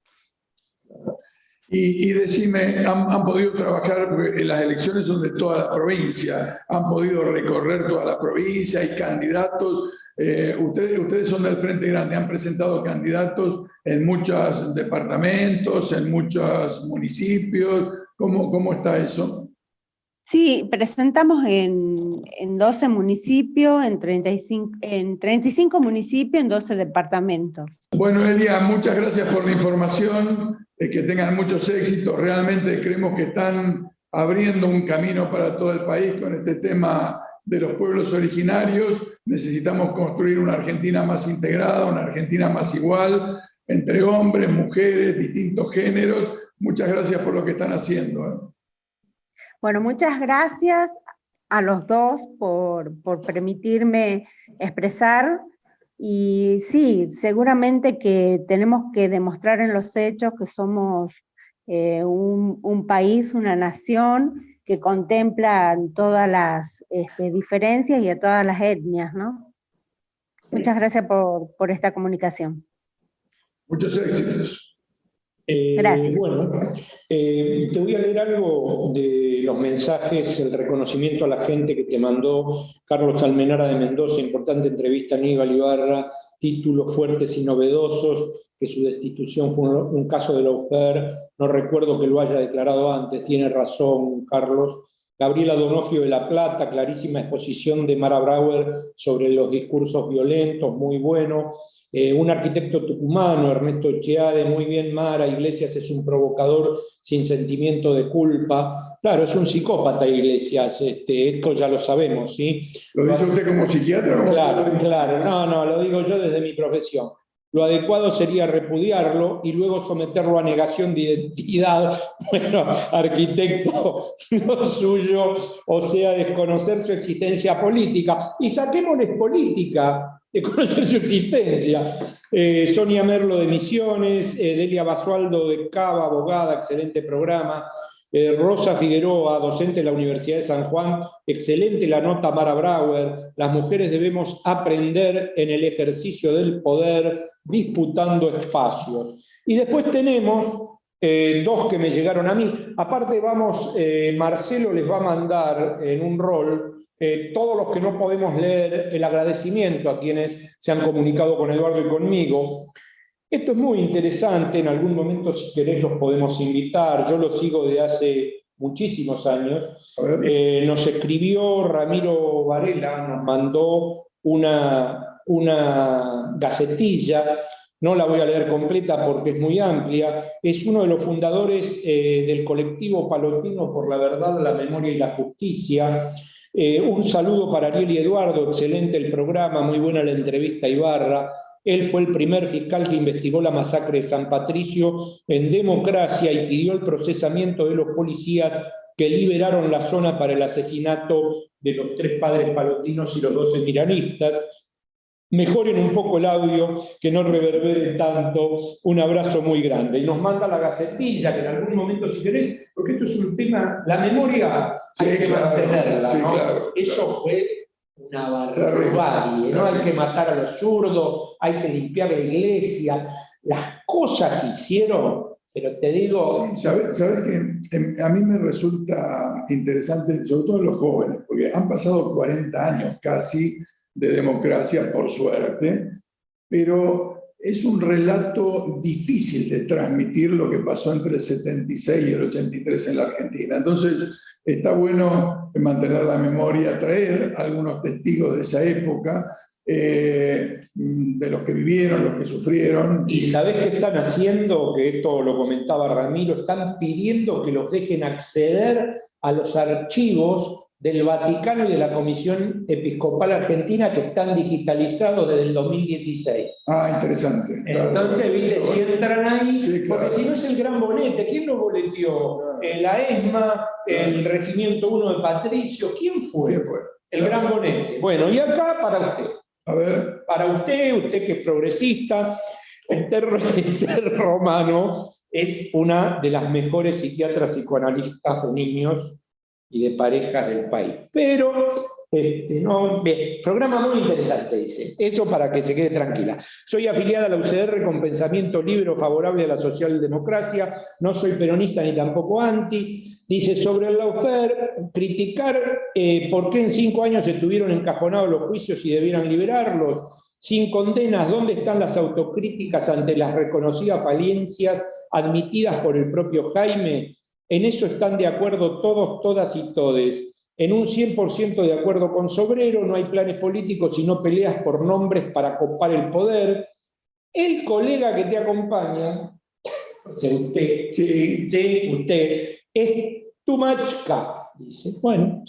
Y decime, ¿han podido trabajar en las elecciones son de toda la provincia? ¿Han podido recorrer toda la provincia? ¿Hay candidatos? Ustedes son del Frente Grande, han presentado candidatos en muchos departamentos, en muchos municipios. ¿Cómo está eso? Sí, presentamos en 12 municipios, en 35 municipios, en 12 departamentos. Bueno, Elia, muchas gracias por la información, que tengan muchos éxitos. Realmente creemos que están abriendo un camino para todo el país con este tema de los pueblos originarios. Necesitamos construir una Argentina más integrada, una Argentina más igual, entre hombres, mujeres, distintos géneros. Muchas gracias por lo que están haciendo. Bueno, muchas gracias a los dos por permitirme expresar, y sí, seguramente que tenemos que demostrar en los hechos que somos un país, una nación que contempla todas las diferencias y a todas las etnias, ¿no? Muchas gracias por esta comunicación. Muchos éxitos. Gracias. Bueno, te voy a leer algo de los mensajes, el reconocimiento a la gente que te mandó Carlos Almenara de Mendoza, importante entrevista a Aníbal Ibarra, títulos fuertes y novedosos, que su destitución fue un caso de lawfare, no recuerdo que lo haya declarado antes, tiene razón Carlos. Gabriela Donofrio de La Plata, clarísima exposición de Mara Brauer sobre los discursos violentos, muy bueno. Un arquitecto tucumano, Ernesto Echeade, muy bien Mara, Iglesias es un provocador sin sentimiento de culpa. Claro, es un psicópata Iglesias, esto ya lo sabemos, ¿sí? ¿Lo dice usted como psiquiatra? Claro, no, lo digo yo desde mi profesión. Lo adecuado sería repudiarlo y luego someterlo a negación de identidad. Bueno, arquitecto, lo suyo, o sea, desconocer su existencia política. Y saquémosles política de conocer su existencia. Sonia Merlo de Misiones, Delia Basualdo de Cava, abogada, excelente programa. Rosa Figueroa, docente de la Universidad de San Juan, excelente la nota Mara Brauer, las mujeres debemos aprender en el ejercicio del poder, disputando espacios. Y después tenemos dos que me llegaron a mí. Aparte Marcelo les va a mandar en un rol todos los que no podemos leer el agradecimiento a quienes se han comunicado con Eduardo y conmigo. Esto es muy interesante, en algún momento si querés los podemos invitar, yo los sigo de hace muchísimos años. Nos escribió Ramiro Varela, nos mandó una gacetilla, no la voy a leer completa porque es muy amplia, es uno de los fundadores del colectivo Palotino por la Verdad, la Memoria y la Justicia. Un saludo para Ariel y Eduardo, excelente el programa, muy buena la entrevista a Ibarra. Él fue el primer fiscal que investigó la masacre de San Patricio en democracia y pidió el procesamiento de los policías que liberaron la zona para el asesinato de los 3 padres palotinos y los 12 miranistas. Mejoren un poco el audio, que no reverbere tanto. Un abrazo muy grande. Y nos manda la gacetilla, que en algún momento, si querés, porque esto es un tema, la memoria hay que mantenerla, ¿no? Eso fue una barbarie, ¿no? Hay que matar a los zurdos, hay que limpiar la iglesia, las cosas que hicieron, pero te digo... Sí, ¿sabes que a mí me resulta interesante, sobre todo en los jóvenes, porque han pasado 40 años casi de democracia, por suerte, pero es un relato difícil de transmitir lo que pasó entre el 76 y el 83 en la Argentina. Entonces, está bueno mantener la memoria, traer algunos testigos de esa época, de los que vivieron, los que sufrieron. ¿Y sabés qué están haciendo? Que esto lo comentaba Ramiro, están pidiendo que los dejen acceder a los archivos del Vaticano y de la Comisión Episcopal Argentina que están digitalizados desde el 2016. Ah, interesante. Entonces, ¿viste? Si entran ahí, sí, claro. Porque si no es el gran bonete, ¿quién lo boleteó? Claro. La ESMA, el Regimiento 1 de Patricio, ¿quién fue? ¿Quién fue? El gran bonete. Bueno, y acá para usted. A ver. Para usted que es progresista, Esther Romano es una de las mejores psiquiatras psicoanalistas de niños y de parejas del país. Pero, bien, programa muy interesante, dice. Eso para que se quede tranquila. Soy afiliada a la UCR con pensamiento libre o favorable a la socialdemocracia. No soy peronista ni tampoco anti. Dice, sobre el lawfare, criticar por qué en 5 años estuvieron encajonados los juicios y debieran liberarlos. Sin condenas, ¿dónde están las autocríticas ante las reconocidas falencias admitidas por el propio Jaime? En eso están de acuerdo todos, todas y todes. En un 100% de acuerdo con Sobrero, no hay planes políticos sino peleas por nombres para copar el poder. El colega que te acompaña, o sea, usted, sí, usted, es Tumachka, dice. Bueno,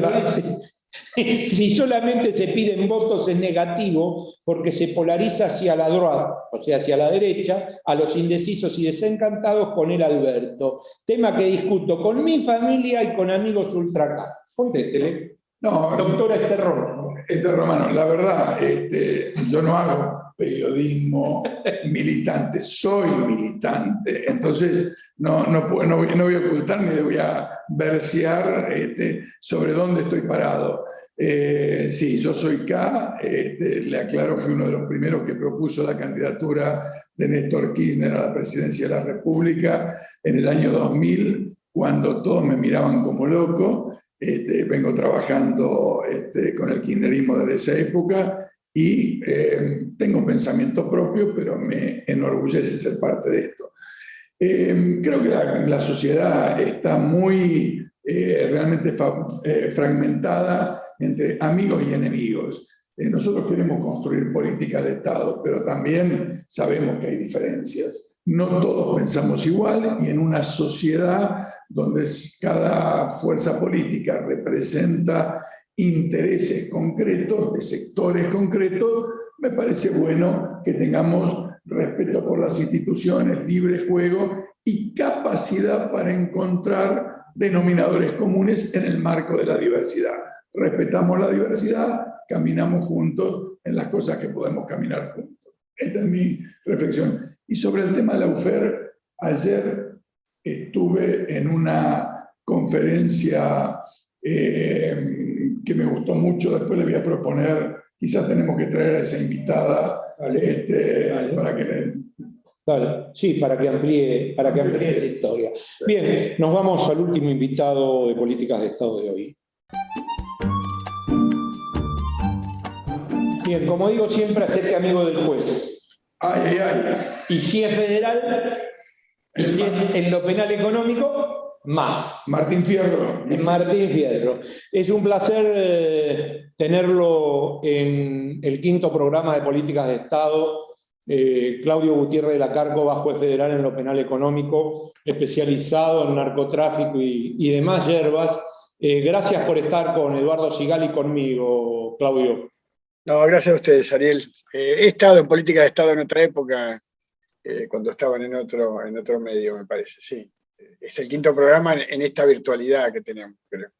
si solamente se piden votos es negativo porque se polariza hacia la droite, o sea, hacia la derecha, a los indecisos y desencantados con el Alberto. Tema que discuto con mi familia y con amigos ultracá. Contéstele. No, doctora Esther Romano. Esther Romano, la verdad, yo no hago periodismo militante, soy militante, entonces no voy a ocultar ni le voy a versear sobre dónde estoy parado. Sí, yo soy K. Le aclaro que uno de los primeros que propuso la candidatura de Néstor Kirchner a la presidencia de la República en el año 2000, cuando todos me miraban como loco. Vengo trabajando con el kirchnerismo desde esa época y tengo pensamiento propio, pero me enorgullece ser parte de esto. Creo que la sociedad está muy realmente fragmentada entre amigos y enemigos. Nosotros queremos construir políticas de Estado, pero también sabemos que hay diferencias. No todos pensamos igual y en una sociedad donde cada fuerza política representa intereses concretos, de sectores concretos, me parece bueno que tengamos respeto por las instituciones, libre juego y capacidad para encontrar denominadores comunes en el marco de la diversidad. Respetamos la diversidad, caminamos juntos en las cosas que podemos caminar juntos. Esta es mi reflexión. Y sobre el tema de la UFER, ayer estuve en una conferencia que me gustó mucho, después le voy a proponer, quizás tenemos que traer a esa invitada para que... Dale. Sí, para que amplíe esa historia. Bien, nos vamos al último invitado de Políticas de Estado de hoy. Bien, como digo siempre, hacete amigo del juez. Ay, ay, ay. Y si es federal, y si es en lo penal económico, más. Martín Fierro. Martín Fierro. Es un placer tenerlo en el 5º programa de Políticas de Estado. Claudio Gutiérrez de la Carcova, juez federal en lo penal económico, especializado en narcotráfico y demás hierbas. Gracias por estar con Eduardo Sigal y conmigo, Claudio. No, gracias a ustedes, Ariel. He estado en política de Estado en otra época, cuando estaban en otro medio, me parece, sí. Es el 5º programa en esta virtualidad que tenemos, creo.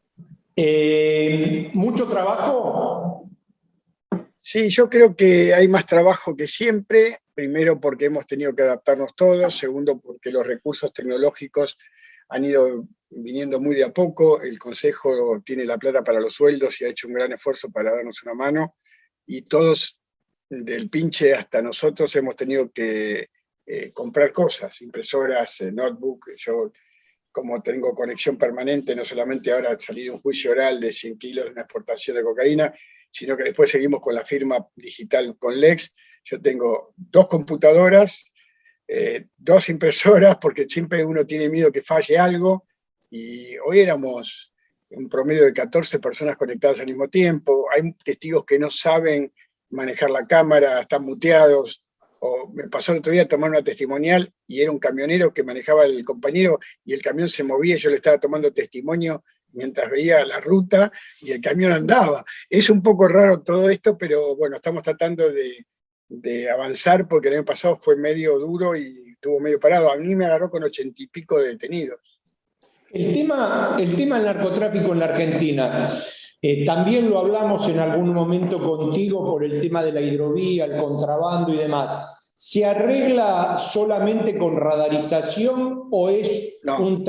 ¿Mucho trabajo? Sí, yo creo que hay más trabajo que siempre. Primero, porque hemos tenido que adaptarnos todos. Segundo, porque los recursos tecnológicos han ido viniendo muy de a poco. El Consejo tiene la plata para los sueldos y ha hecho un gran esfuerzo para darnos una mano. Y todos, del pinche hasta nosotros, hemos tenido que comprar cosas, impresoras, notebook. Yo, como tengo conexión permanente, no solamente ahora salí de un juicio oral de 100 kilos de una exportación de cocaína, sino que después seguimos con la firma digital con Lex. Yo tengo 2 computadoras, 2 impresoras, porque siempre uno tiene miedo que falle algo, y hoy éramos un promedio de 14 personas conectadas al mismo tiempo. Hay testigos que no saben manejar la cámara, están muteados. O me pasó el otro día a tomar una testimonial y era un camionero que manejaba el compañero y el camión se movía y yo le estaba tomando testimonio mientras veía la ruta y el camión andaba. Es un poco raro todo esto, pero bueno, estamos tratando de avanzar porque el año pasado fue medio duro y estuvo medio parado. A mí me agarró con 80 y pico de detenidos. El tema del narcotráfico en la Argentina, también lo hablamos en algún momento contigo por el tema de la hidrovía, el contrabando y demás. ¿Se arregla solamente con radarización o es un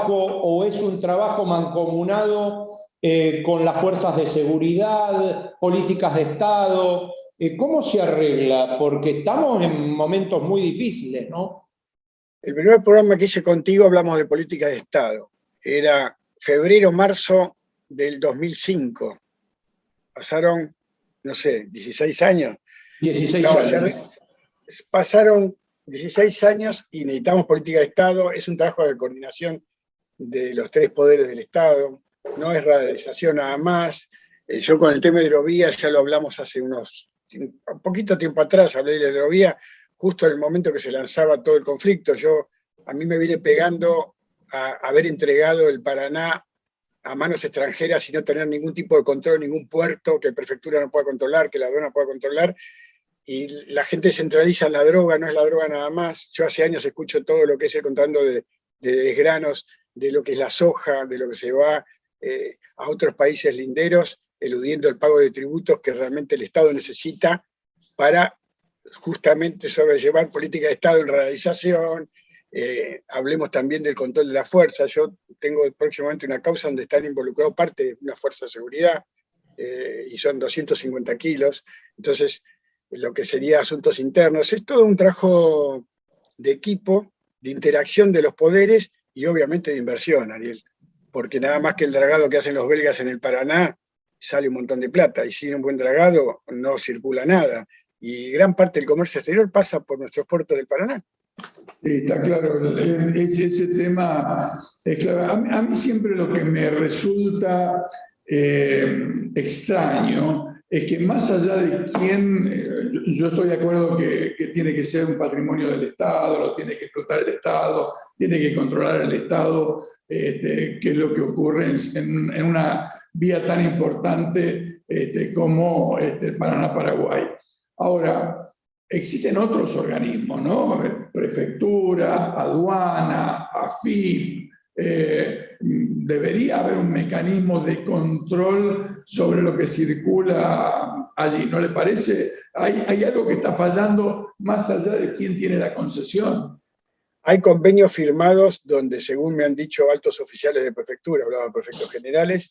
trabajo mancomunado con las fuerzas de seguridad, políticas de Estado? ¿Cómo se arregla? Porque estamos en momentos muy difíciles, ¿no? El primer programa que hice contigo hablamos de política de Estado. Era febrero-marzo del 2005. Pasaron, no sé, 16 años. 16 años. Pasaron 16 años y necesitamos política de Estado. Es un trabajo de coordinación de los 3 poderes del Estado. No es radicalización nada más. Yo con el tema de hidrovía ya lo hablamos hace un poquito tiempo atrás, hablé de la hidrovía, justo en el momento que se lanzaba todo el conflicto. A mí me viene pegando a haber entregado el Paraná a manos extranjeras y no tener ningún tipo de control, ningún puerto que la prefectura no pueda controlar, que la aduana pueda controlar, y la gente centraliza en la droga, no es la droga nada más. Yo hace años escucho todo lo que es el contrabando de desgranos, de lo que es la soja, de lo que se va a otros países linderos, eludiendo el pago de tributos que realmente el Estado necesita para justamente sobrellevar política de Estado en realización. Hablemos también del control de la fuerza. Yo tengo próximamente una causa donde están involucrados parte de una fuerza de seguridad. y son 250 kilos. Entonces, lo que sería asuntos internos, es todo un trabajo de equipo, de interacción de los poderes y obviamente de inversión, Ariel, porque nada más que el dragado que hacen los belgas en el Paraná sale un montón de plata, y sin un buen dragado no circula nada, y gran parte del comercio exterior pasa por nuestros puertos del Paraná. Sí, está claro, ese tema es claro. A mí siempre lo que me resulta extraño es que más allá de quién, yo estoy de acuerdo que tiene que ser un patrimonio del Estado, lo tiene que explotar el Estado, tiene que controlar el Estado, que es lo que ocurre en una vía tan importante como el Paraná-Paraguay. Ahora, existen otros organismos, ¿no? Prefectura, aduana, AFIP. Debería haber un mecanismo de control sobre lo que circula allí, ¿no le parece? Hay algo que está fallando más allá de quién tiene la concesión. Hay convenios firmados donde, según me han dicho altos oficiales de prefectura, hablaban prefectos generales,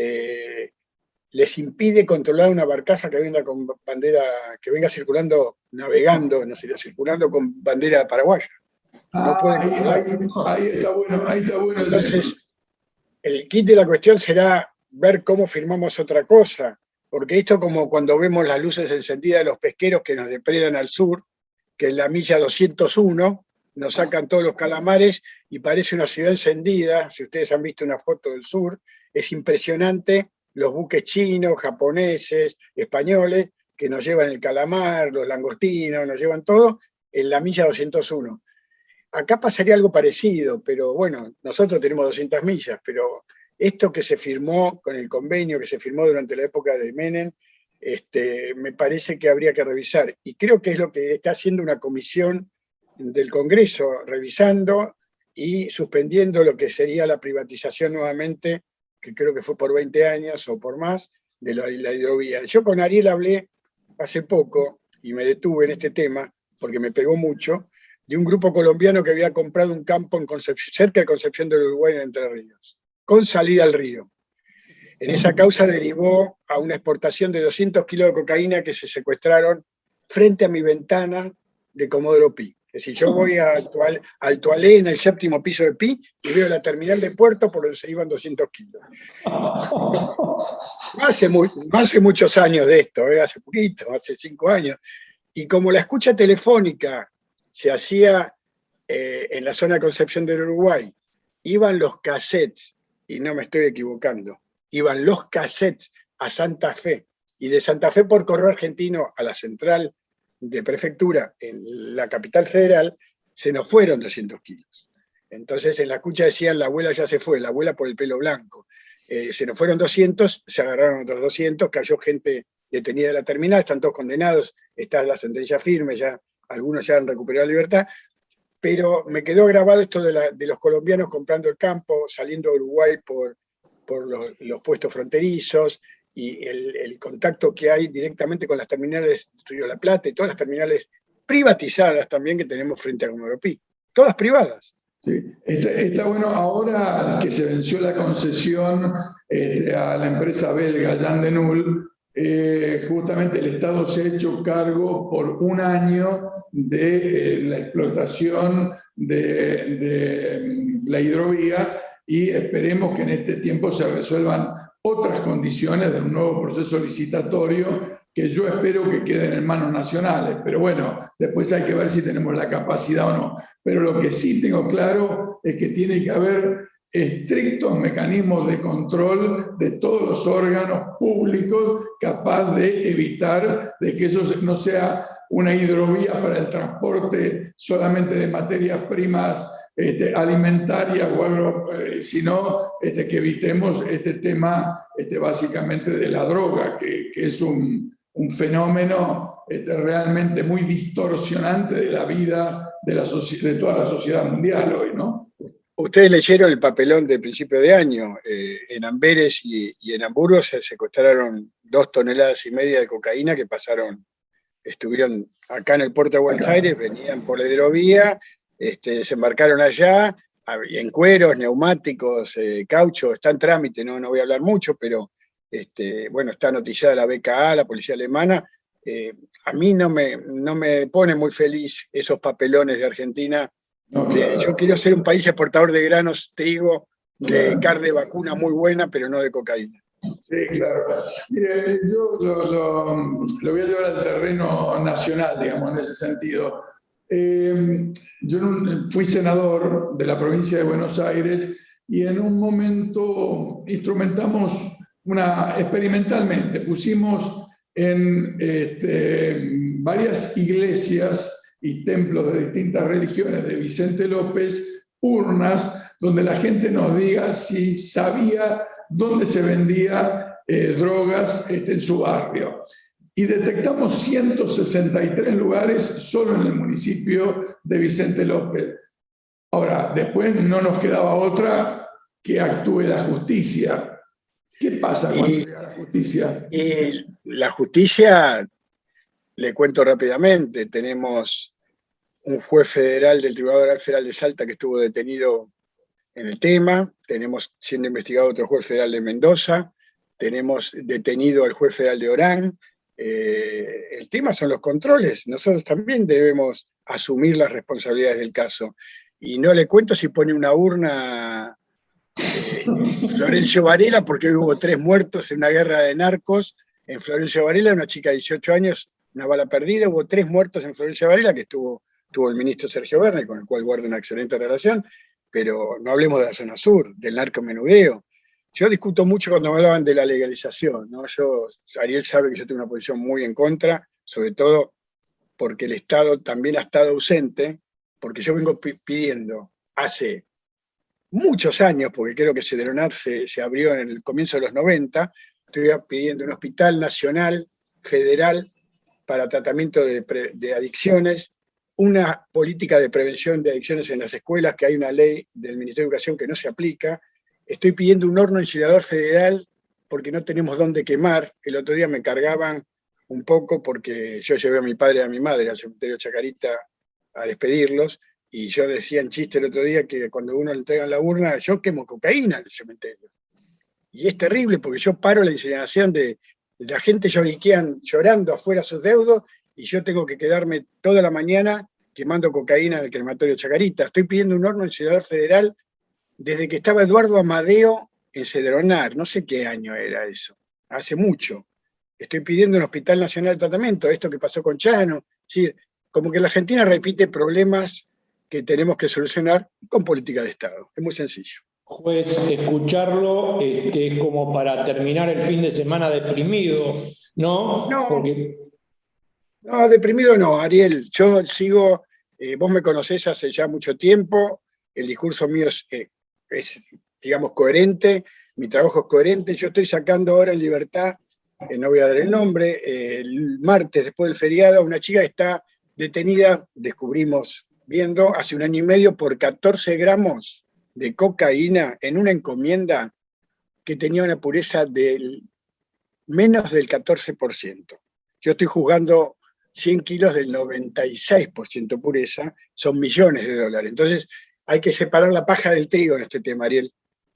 les impide controlar una barcaza que venga con bandera, que venga circulando, navegando, no sería circulando con bandera paraguaya. No puede controlar. Ahí está bueno. Entonces, el kit de la cuestión será ver cómo firmamos otra cosa, porque esto como cuando vemos las luces encendidas de los pesqueros que nos depredan al sur, que en la milla 201 nos sacan todos los calamares y parece una ciudad encendida. Si ustedes han visto una foto del sur, es impresionante los buques chinos, japoneses, españoles, que nos llevan el calamar, los langostinos, nos llevan todo en la milla 201. Acá pasaría algo parecido, pero bueno, nosotros tenemos 200 millas, pero esto que se firmó con el convenio, que se firmó durante la época de Menem, me parece que habría que revisar. Y creo que es lo que está haciendo una comisión del Congreso, revisando y suspendiendo lo que sería la privatización nuevamente, que creo que fue por 20 años o por más, de la hidrovía. Yo con Ariel hablé hace poco, y me detuve en este tema, porque me pegó mucho, de un grupo colombiano que había comprado un campo en cerca de Concepción del Uruguay, en Entre Ríos, con salida al río. En esa causa derivó a una exportación de 200 kilos de cocaína que se secuestraron frente a mi ventana de Comodoro Pi. Es decir, yo voy al Toalé en el 7º piso de Pi y veo la terminal de puerto por donde se iban 200 kilos. Hace muchos años de esto, hace poquito, hace 5 años. Y como la escucha telefónica se hacía en la zona de Concepción del Uruguay, iban los cassettes, y no me estoy equivocando, iban los cassettes a Santa Fe, y de Santa Fe por correo argentino a la central de prefectura en la capital federal, se nos fueron 200 kilos. Entonces en la escucha decían, la abuela ya se fue, la abuela por el pelo blanco. Se nos fueron 200, se agarraron otros 200, cayó gente detenida de la terminal, están todos condenados, está la sentencia firme, ya algunos ya han recuperado la libertad, pero me quedó grabado esto de los colombianos comprando el campo, saliendo de Uruguay por los puestos fronterizos, y el contacto que hay directamente con las terminales de Río de la Plata y todas las terminales privatizadas también que tenemos frente a Comodoro Pi, todas privadas. Sí. Está bueno, ahora que se venció la concesión a la empresa belga Jan de Null, justamente el Estado se ha hecho cargo por 1 año de la explotación de la hidrovía, y esperemos que en este tiempo se resuelvan otras condiciones de un nuevo proceso licitatorio que yo espero que queden en manos nacionales. Pero bueno, después hay que ver si tenemos la capacidad o no. Pero lo que sí tengo claro es que tiene que haber estrictos mecanismos de control de todos los órganos públicos capaz de evitar de que eso no sea una hidrovía para el transporte solamente de materias primas alimentarias o algo, sino que evitemos este tema básicamente de la droga, que es un fenómeno realmente muy distorsionante de la vida de toda la sociedad mundial hoy, ¿no? Ustedes leyeron el papelón de principio de año. En Amberes y en Hamburgo se secuestraron 2,5 toneladas de cocaína que estuvieron acá en el puerto de Buenos Aires, venían por la hidrovía, desembarcaron allá, en cueros, neumáticos, caucho, está en trámite, no voy a hablar mucho, pero Bueno, está noticiada la BKA, la policía alemana. A mí no me pone muy feliz esos papelones de Argentina. No, claro. Yo quiero ser un país exportador de granos, trigo, de Claro. carne vacuna muy buena, pero no de cocaína. Sí, claro. Mire, yo lo voy a llevar al terreno nacional, digamos, en ese sentido. Yo fui senador de la provincia de Buenos Aires y en un momento instrumentamos experimentalmente, pusimos en varias iglesias y templos de distintas religiones de Vicente López urnas donde la gente nos diga si sabía dónde se vendía drogas en su barrio. Y detectamos 163 lugares solo en el municipio de Vicente López. Ahora, después no nos quedaba otra que actúe la justicia. ¿Qué pasa cuando llega la justicia? Y la justicia, le cuento rápidamente, tenemos un juez federal del Tribunal Oral Federal de Salta que estuvo detenido en el tema, tenemos siendo investigado otro juez federal de Mendoza, tenemos detenido al juez federal de Orán. El tema son los controles, nosotros también debemos asumir las responsabilidades del caso. Y no le cuento si pone una urna Florencio Varela, porque hoy hubo 3 muertos en una guerra de narcos en Florencio Varela, una chica de 18 años, una bala perdida, hubo 3 muertos en Florencio Varela, que tuvo el ministro Sergio Verne, con el cual guardo una excelente relación, pero no hablemos de la zona sur, del narcomenudeo. Yo discuto mucho cuando me hablaban de la legalización, ¿no? Ariel sabe que yo tengo una posición muy en contra, sobre todo porque el Estado también ha estado ausente, porque yo vengo pidiendo hace muchos años, porque creo que Cedronar se abrió en el comienzo de los 90, estoy pidiendo un hospital nacional, federal, para tratamiento de adicciones, una política de prevención de adicciones en las escuelas, que hay una ley del Ministerio de Educación que no se aplica. Estoy pidiendo un horno incinerador federal porque no tenemos dónde quemar. El otro día me cargaban un poco porque yo llevé a mi padre y a mi madre al cementerio Chacarita a despedirlos, y yo decía en chiste el otro día que cuando uno le entregan la urna, yo quemo cocaína en el cementerio. Y es terrible porque yo paro la incineración de la gente llorando afuera sus deudos, y yo tengo que quedarme toda la mañana quemando cocaína en el crematorio Chacarita. Estoy pidiendo un horno incinerador federal desde que estaba Eduardo Amadeo en Cedronar, no sé qué año era eso, hace mucho. Estoy pidiendo un hospital nacional de tratamiento, esto que pasó con Chano. Es decir, como que la Argentina repite problemas que tenemos que solucionar con política de Estado. Es muy sencillo. Juez, escucharlo es como para terminar el fin de semana deprimido, ¿no? No, porque... no, deprimido no, Ariel. Yo sigo, vos me conocés hace ya mucho tiempo, el discurso mío es, digamos, coherente, mi trabajo es coherente. Yo estoy sacando ahora en libertad, no voy a dar el nombre, el martes después del feriado, una chica que está detenida, descubrimos viendo, hace 1 año y medio por 14 gramos de cocaína en una encomienda que tenía una pureza del menos del 14%. Yo estoy juzgando 100 kilos del 96% pureza, son millones de dólares. Entonces hay que separar la paja del trigo en este tema, Ariel.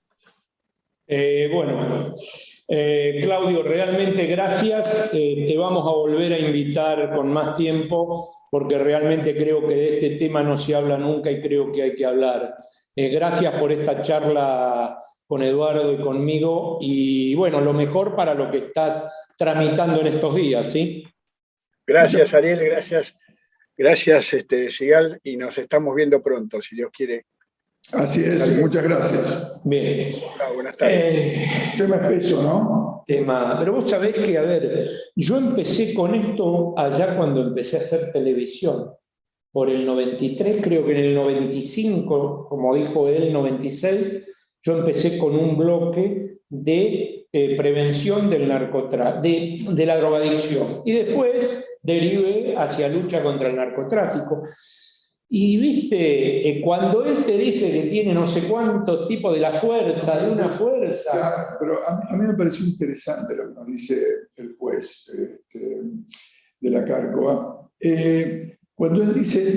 Bueno, Claudio, realmente gracias. Te vamos a volver a invitar con más tiempo, porque realmente creo que de este tema no se habla nunca y creo que hay que hablar. Gracias por esta charla con Eduardo y conmigo, y bueno, lo mejor para lo que estás tramitando en estos días, ¿sí? Gracias, Ariel, gracias, Sigal, y nos estamos viendo pronto, si Dios quiere. Así es, muchas gracias. Bien. Buenas tardes. Tema espeso, ¿no? Pero vos sabés que, a ver, yo empecé con esto allá cuando empecé a hacer televisión, por el 93, creo que en el 95, como dijo él, 96, yo empecé con un bloque de prevención del de la drogadicción, y después derivé hacia lucha contra el narcotráfico. Y viste, cuando él te dice que tiene no sé cuántos tipos de la fuerza, de una fuerza... Claro, pero a mí me pareció interesante lo que nos dice el juez de la Cárcova. Cuando él dice,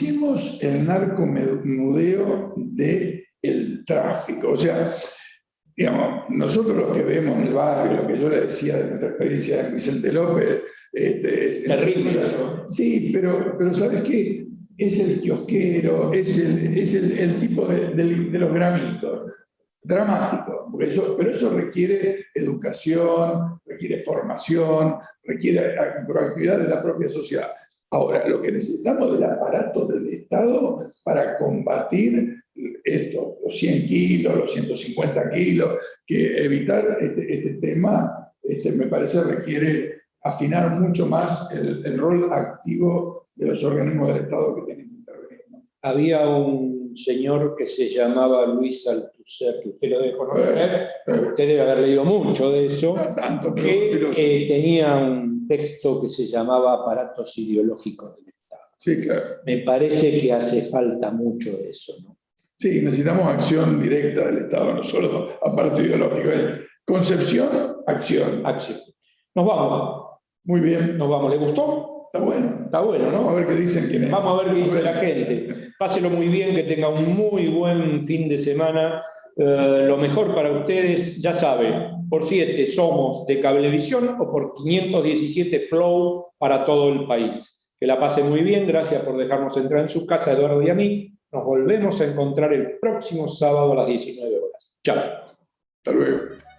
diferenciemos el narcomenudeo del tráfico. O sea, digamos, nosotros lo que vemos en el barrio, lo que yo le decía de nuestra experiencia en Vicente López, Terrible eso. Sí, pero ¿sabes qué? Es el kiosquero, es el tipo de los gramitos. Dramático, pero eso requiere educación, requiere formación, requiere proactividad de la propia sociedad. Ahora, lo que necesitamos del aparato del Estado para combatir esto, los 100 kilos, los 150 kilos, que evitar este tema, me parece requiere afinar mucho más el rol activo de los organismos del Estado que tienen que intervenir, ¿no? Había un señor que se llamaba Luis Althusser, que usted lo debe conocer, usted debe haber leído mucho de eso, No tanto, pero que tenía un texto que se llamaba Aparatos Ideológicos del Estado. sí, claro. Me parece que hace falta mucho de eso, ¿no? Sí, necesitamos acción directa del Estado, no solo aparato ideológico. Concepción, acción. Acción. Nos vamos. Muy bien. Nos vamos. ¿Le gustó? Está bueno. Está bueno, ¿no? Vamos a ver qué dicen quiénes. Vamos a ver qué dice la gente. Páselo muy bien, que tenga un muy buen fin de semana. Lo mejor para ustedes, ya saben, por 7 somos de Cablevisión o por 517 Flow para todo el país. Que la pase muy bien, gracias por dejarnos entrar en su casa, Eduardo y a mí. Nos volvemos a encontrar el próximo sábado a las 19 horas. Chao. Hasta luego.